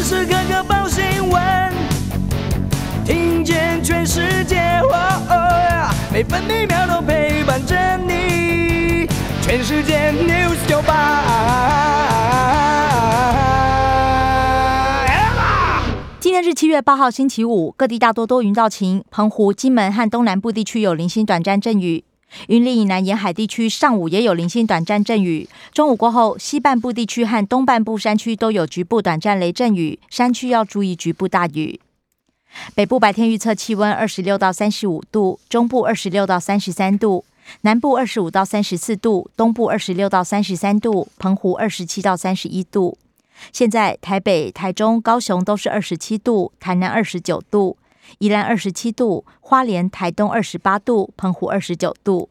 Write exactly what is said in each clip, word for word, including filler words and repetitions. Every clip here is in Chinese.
时刻刻报新闻，听见全世界，哦哦，每分每秒都陪伴着你。全世界 News 九八。 今天是七月八号，星期五，各地大多多云到晴，澎湖、金门和东南部地区有零星短暂阵雨。云林以南沿海地区上午也有零星短暂阵雨，中午过后，西半部地区和东半部山区都有局部短暂雷阵雨，山区要注意局部大雨。北部白天预测气温二十六到三十五度，中部二十六到三十三度，南部二十五到三十四度，东部二十六到三十三度，澎湖二十七到三十一度。现在台北、台中、高雄都是二十七度，台南二十九度，宜兰二十七度，花莲、台东二十八度，澎湖二十九度。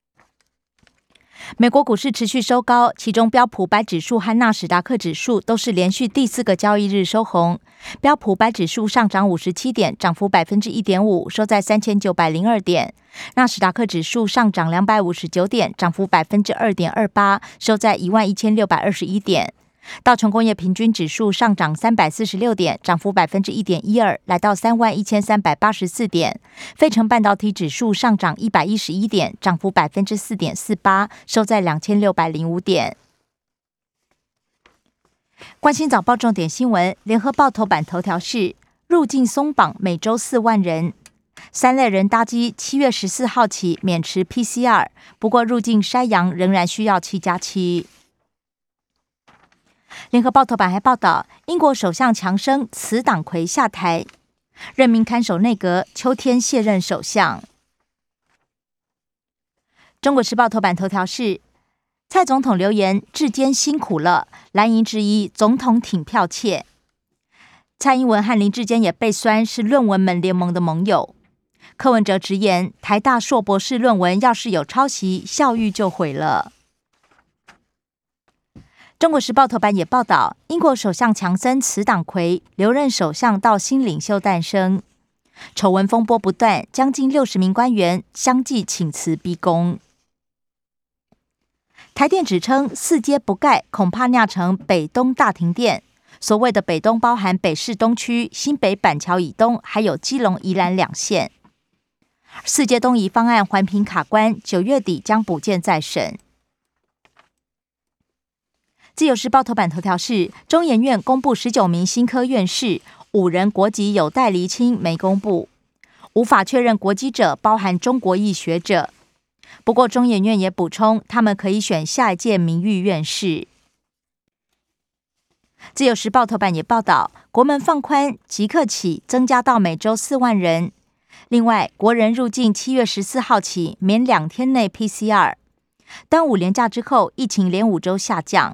美国股市持续收高，其中标普百指数和纳史达克指数都是连续第四个交易日收红。标普百指数上涨五十七点，涨幅 百分之一点五， 收在三千九百零二点。纳史达克指数上涨两百五十九点，涨幅 百分之二点二八， 收在一万一千六百二十一点。道琼工业平均指数上涨三百四十六点，涨幅 百分之一点一二， 来到三万一千三百八十四点。费城半导体指数上涨一百一十一点，涨幅 百分之四点四八， 收在两千六百零五点。关心早报重点新闻，联合报头版头条是入境松绑，每周四万人。三类人搭机七月十四号起免持 P C R， 不过入境筛阳仍然需要七加七。联合报头版还报道，英国首相强生辞党魁下台，任命看守内阁，秋天卸任首相。中国时报头版头条是蔡总统留言，至今辛苦了，蓝营质疑总统挺剽窃。蔡英文和林志坚也被酸是论文门联盟的盟友。柯文哲直言，台大硕博士论文要是有抄袭，校誉就毁了。中国时报头版也报道，英国首相强森辞党魁，留任首相到新领袖诞生。丑闻风波不断，将近六十名官员相继请辞逼宫。台电指称四阶不盖，恐怕酿成北东大停电。所谓的北东包含北市东区、新北板桥以东，还有基隆、宜兰两县。四阶东移方案环评卡关，九月底将补件再审。自由时报头版头条是中研院公布十九名新科院士，五人国籍有待厘清，没公布，无法确认国籍者包含中国裔学者。不过中研院也补充，他们可以选下一届名誉院士。自由时报头版也报道，国门放宽，即刻起增加到每周四万人。另外，国人入境七月十四号起免两天内 P C R。端午连假之后，疫情连五周下降。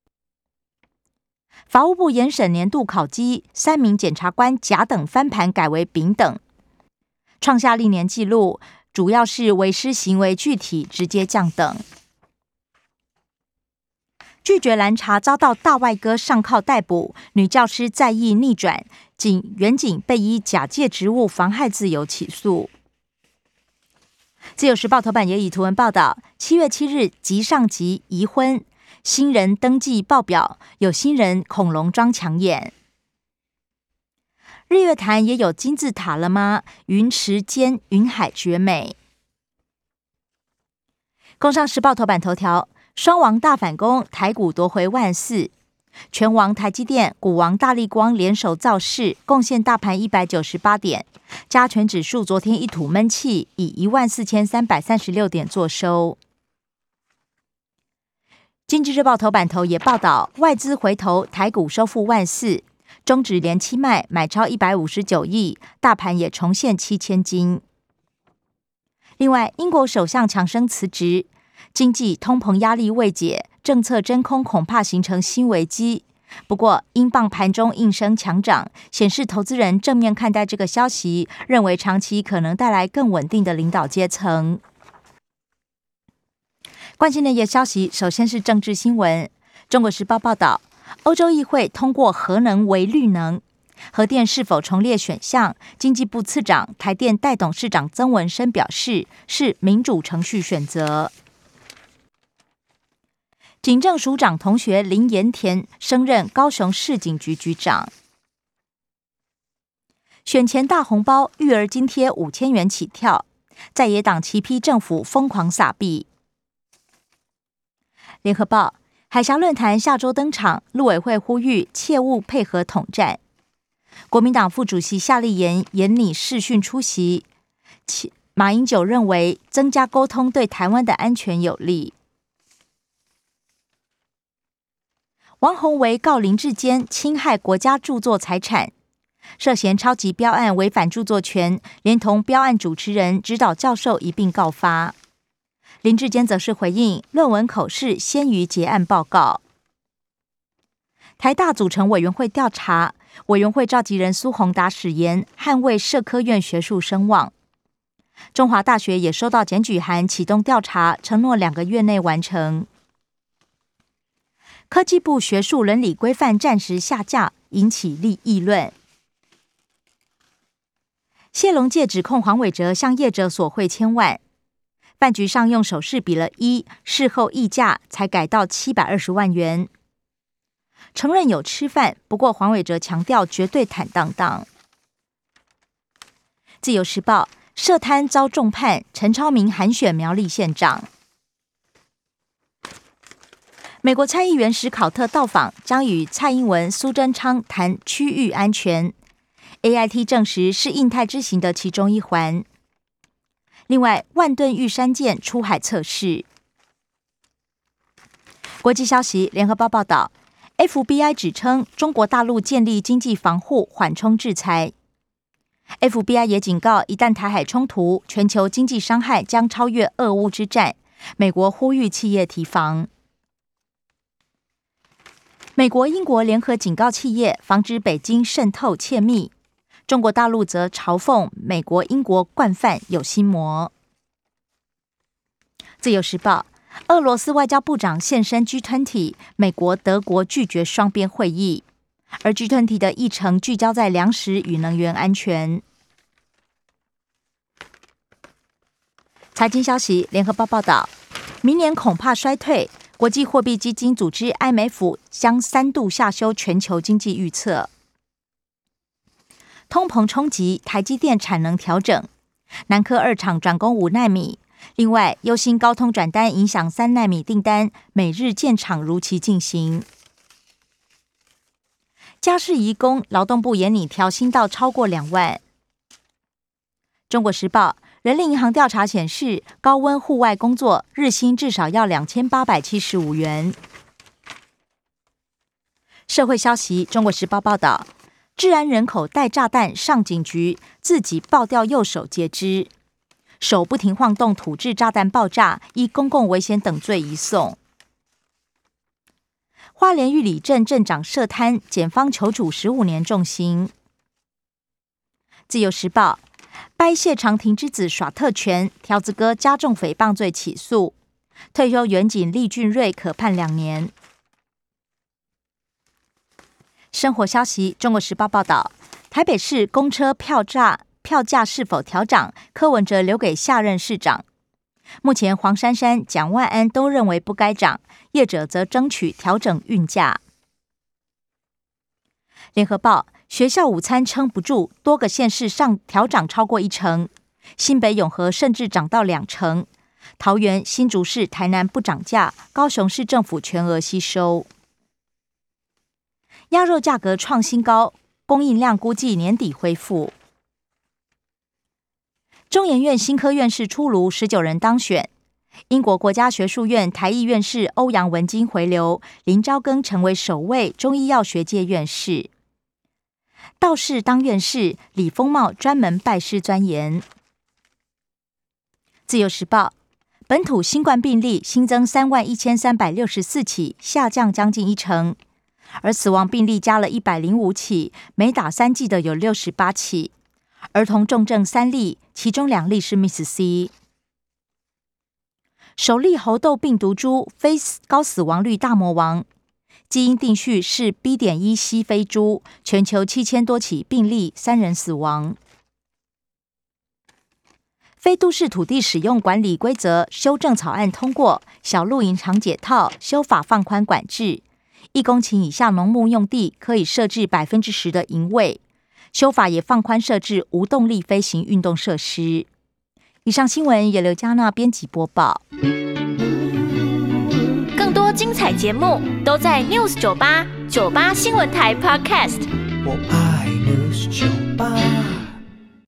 法务部研审年度考绩，三名检察官甲等翻盘改为丙等，创下历年纪录，主要是为师行为具体直接降等。拒绝拦查遭到大外哥上铐逮捕，女教师在役逆转，警员警被依假借职务妨害自由起诉。自由时报头版也以图文报道，七月七日即上集移婚，新人登记报表，有新人恐龙装抢眼。日月潭也有金字塔了吗？云池间云海绝美。工商时报头版头条，双王大反攻，台股夺回万四。全王台积电、股王大立光联手造势，贡献大盘一百九十八点。加权指数昨天一吐闷气，以一万四千三百三十六点作收。经济日报头版头也报道，外资回头，台股收复万四，中指连七卖，买超一百五十九亿，大盘也重现七千金。另外，英国首相强生辞职，经济通膨压力未解，政策真空恐怕形成新危机。不过，英镑盘中应声强涨，显示投资人正面看待这个消息，认为长期可能带来更稳定的领导阶层。关心的业消息，首先是政治新闻。中国时报报道，欧洲议会通过核能为绿能，核电是否重列选项？经济部次长、台电代董事长曾文生表示，是民主程序选择。警政署长同学林延田升任高雄市警局局长。 选前大红包，育儿津贴五千元起跳，在野党齐批政府疯狂撒币。联合报，海峡论坛下周登场，陆委会呼吁切勿配合统战。国民党副主席夏立言严拟视讯出席，马英九认为增加沟通对台湾的安全有利。王宏维告林志坚侵害国家著作财产，涉嫌超级标案违反著作权，连同标案主持人、指导教授一并告发。林志坚则是回应论文口试先于结案报告。台大组成委员会调查，委员会召集人苏宏达誓言捍卫社科院学术声望。中华大学也收到检举函，启动调查，承诺两个月内完成。科技部学术伦理规范暂时下架，引起立议论。谢龙介指控黄伟哲向业者索贿千万，饭局上用手势比了一，事后议价才改到七百二十万元。承认有吃饭，不过黄伟哲强调绝对坦荡荡。自由时报，涉贪遭重判，陈超明函选苗栗县长。美国参议员史考特到访，将与蔡英文、苏贞昌谈区域安全。A I T 证实是印太之行的其中一环。另外，万吨玉山舰出海测试。国际消息，联合报报道 ，F B I 指称中国大陆建立经济防护，缓冲制裁。F B I 也警告，一旦台海冲突，全球经济伤害将超越俄乌之战。美国呼吁企业提防。美国、英国联合警告企业，防止北京渗透窃密。中国大陆则嘲讽美国、英国惯犯有心魔。自由时报，俄罗斯外交部长现身 G 二十， 美国、德国拒绝双边会议，而 G 二十 的议程聚焦在粮食与能源安全。财经消息，联合报报道，明年恐怕衰退。国际货币基金组织 I M F 将三度下修全球经济预测。通膨冲击，台积电产能调整，南科二厂转攻五奈米。另外，忧心高通转单影响三奈米订单，每日建厂如期进行。家事移工，劳动部研拟调薪到超过两万。中国时报。人力银行调查显示，高温户外工作日薪至少要两千八百七十五元。社会消息，中国时报报道，治安人口带炸弹上警局，自己爆掉右手截肢，手不停晃动土制炸弹爆炸，依公共危险等罪移送。花莲玉里镇镇长涉贪，检方求处十五年重刑。自由时报。掰谢长廷之子耍特权，条子哥加重诽谤罪起诉，退休员警厉俊瑞可判两年。生活消息，中国时报报道，台北市公车票价票价是否调涨，柯文哲留给下任市长。目前黄珊珊、蒋万安都认为不该涨，业者则争取调整运价。联合报。学校午餐撑不住，多个县市上调涨超过一成，新北永和甚至涨到两成，桃园、新竹市、台南不涨价，高雄市政府全额吸收。鸭肉价格创新高，供应量估计年底恢复。中研院新科院士出炉，十九人当选。英国国家学术院台裔院士欧阳文金回流，林昭庚成为首位中医药学界院士。道士当院士，李丰茂专门拜师钻研。自由时报，本土新冠病例新增三万一千三百六十四起，下降将近一成，而死亡病例加了一百零五起，没打三剂的有六十八起，儿童重症三例，其中两例是 Miss C。首例猴痘病毒株非高死亡率大魔王。基因定序是 B. 点一 西非猪，全球七千多起病例，三人死亡。非都市土地使用管理规则修正草案通过，小露营场解套，修法放宽管制。一公顷以下农牧用地可以设置百分之十的营位， 修法也放宽设置无动力飞行运动设施。以上新闻由刘嘉娜编辑播报。 更多精彩节目都在 News 九八九八新闻台 Podcast。 我爱 News 九八。